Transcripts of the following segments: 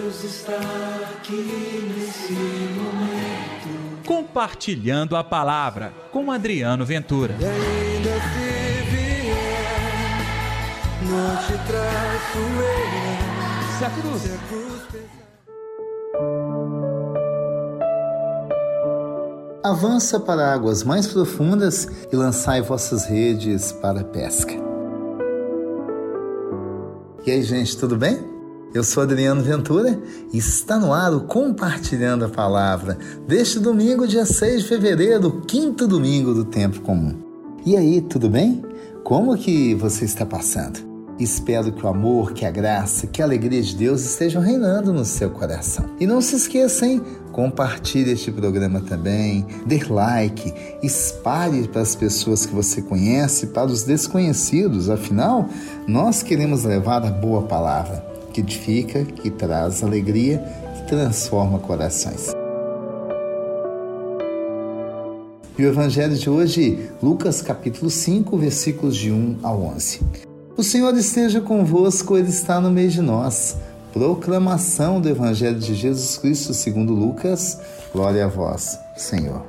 Deus está aqui nesse momento, Compartilhando a Palavra, com Adriano Ventura. e ainda se vier, não te traço eu, Se a cruz se a cruz pesar. Avança para águas mais profundas e lançai vossas redes para a pesca. E aí, gente, tudo bem? Eu sou Adriano Ventura e está no ar o Compartilhando a Palavra deste domingo, dia 6 de fevereiro, quinto domingo do Tempo Comum. E aí, tudo bem? Como que você está passando? Espero que o amor, que a graça, que a alegria de Deus estejam reinando no seu coração. E não se esqueça, hein? Compartilhe este programa também, dê like, espalhe para as pessoas que você conhece, para os desconhecidos. Afinal, nós queremos levar a boa palavra, que edifica, que traz alegria, que transforma corações. E o Evangelho de hoje, Lucas capítulo 5, versículos de 1 ao 11. O Senhor esteja convosco, Ele está no meio de nós. Proclamação do Evangelho de Jesus Cristo segundo Lucas. Glória a vós, Senhor.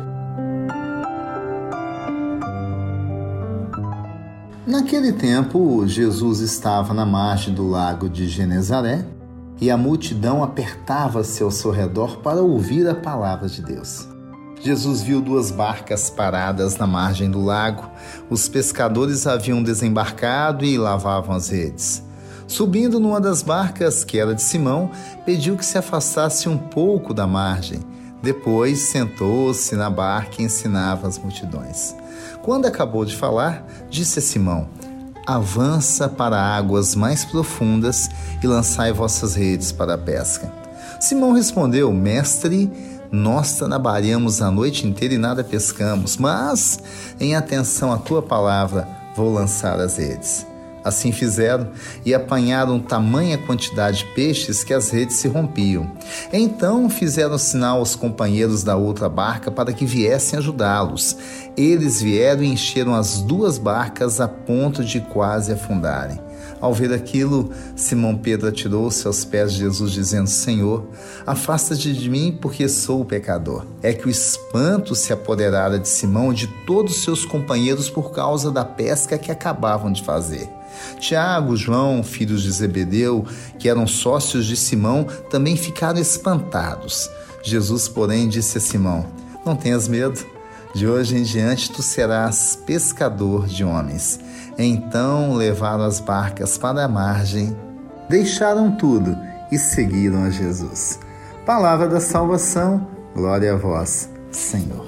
Naquele tempo, Jesus estava na margem do lago de Genezaré e a multidão apertava-se ao seu redor para ouvir a palavra de Deus. Jesus viu 2 barcas paradas na margem do lago. Os pescadores haviam desembarcado e lavavam as redes. Subindo numa das barcas, que era de Simão, pediu que se afastasse um pouco da margem. Depois sentou-se na barca e ensinava as multidões. Quando acabou de falar, disse a Simão: avança para águas mais profundas e lançai vossas redes para a pesca. Simão respondeu: Mestre, nós trabalhamos a noite inteira e nada pescamos, mas, em atenção à tua palavra, vou lançar as redes. Assim fizeram e apanharam tamanha quantidade de peixes que as redes se rompiam. Então fizeram sinal aos companheiros da outra barca para que viessem ajudá-los. Eles vieram e encheram as 2 barcas a ponto de quase afundarem. Ao ver aquilo, Simão Pedro atirou-se aos pés de Jesus, dizendo: Senhor, afasta-te de mim, porque sou pecador. É que o espanto se apoderara de Simão e de todos os seus companheiros por causa da pesca que acabavam de fazer. Tiago, João, filhos de Zebedeu, que eram sócios de Simão, também ficaram espantados. Jesus, porém, disse a Simão: não tenhas medo, de hoje em diante tu serás pescador de homens. Então levaram as barcas para a margem, deixaram tudo e seguiram a Jesus. Palavra da salvação, glória a vós, Senhor.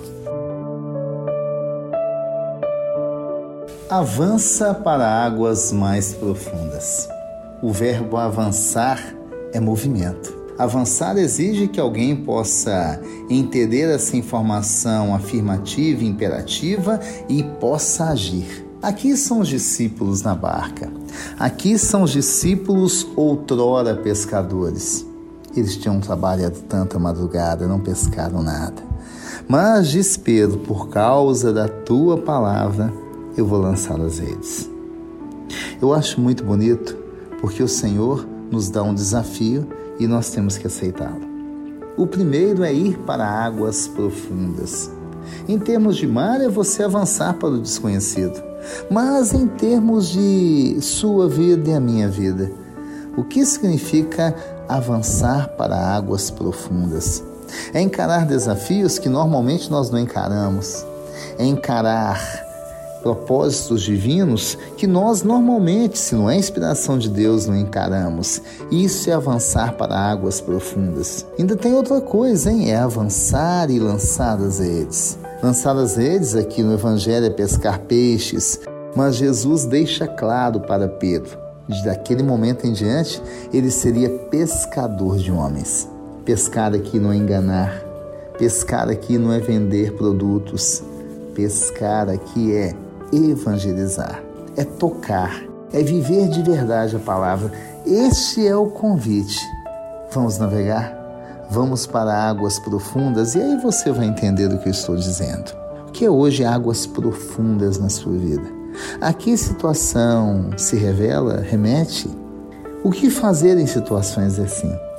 Avança para águas mais profundas. O verbo avançar é movimento. Avançar exige que alguém possa entender essa informação afirmativa e imperativa e possa agir. Aqui são os discípulos na barca. Aqui são os discípulos outrora pescadores. Eles tinham trabalhado tanta madrugada, não pescaram nada. Mas diz Pedro: por causa da tua palavra, eu vou lançar as redes. Eu acho muito bonito, porque o Senhor nos dá um desafio e nós temos que aceitá-lo. O primeiro é ir para águas profundas. Em termos de mar, é você avançar para o desconhecido. Mas em termos de sua vida e a minha vida, o que significa avançar para águas profundas? É encarar desafios que normalmente nós não encaramos. É encarar propósitos divinos que nós normalmente, se não é inspiração de Deus, não encaramos. Isso é avançar para águas profundas. Ainda tem outra coisa, hein? É avançar e lançar as redes. Lançar as redes aqui no Evangelho é pescar peixes, mas Jesus deixa claro para Pedro, daquele momento em diante, ele seria pescador de homens. Pescar aqui não é enganar, pescar aqui não é vender produtos, pescar aqui é evangelizar, é tocar, é viver de verdade a palavra. Este é o convite. Vamos navegar? Vamos para águas profundas, e aí você vai entender o que eu estou dizendo. O que é hoje águas profundas na sua vida? A que situação se revela, remete? O que fazer em situações assim?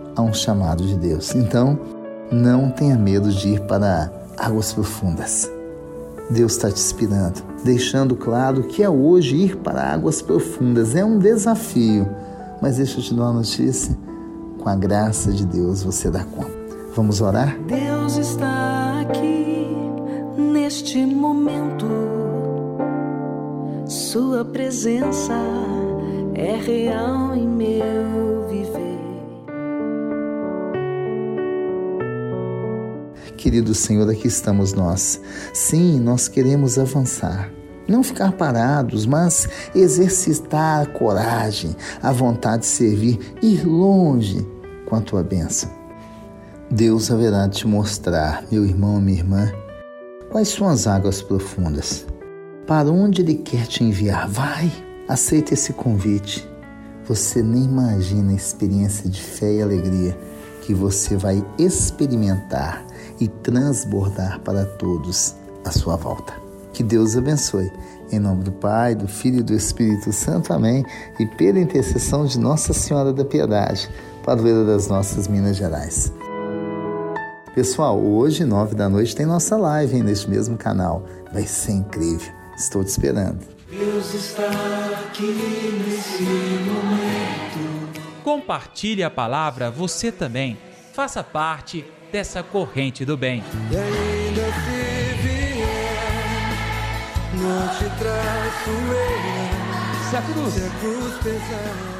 a um chamado de Deus. Então, não tenha medo de ir para águas profundas. Deus está te esperando, deixando claro que é hoje ir para águas profundas. É um desafio, mas deixa eu te dar uma notícia. Com a graça de Deus você dá conta. Vamos orar? Deus está aqui neste momento. Sua presença é real em meu viver. Querido Senhor, aqui estamos nós. Sim, nós queremos avançar. Não ficar parados, mas exercitar a coragem, a vontade de servir, ir longe com a tua bênção. Deus haverá de te mostrar, meu irmão, minha irmã, quais são as águas profundas. Para onde Ele quer te enviar? Vai, aceita esse convite. Você nem imagina a experiência de fé e alegria que você vai experimentar e transbordar para todos à sua volta. Que Deus abençoe. Em nome do Pai, do Filho e do Espírito Santo. Amém. E pela intercessão de Nossa Senhora da Piedade, padroeira das nossas Minas Gerais. Pessoal, hoje, 9 da noite, tem nossa live, hein, neste mesmo canal. Vai ser incrível. Estou te esperando. Deus está aqui nesse momento. Compartilhe a palavra você também. Faça parte dessa corrente do bem. E ainda se vier, não te traço eu. Se a cruz pesar.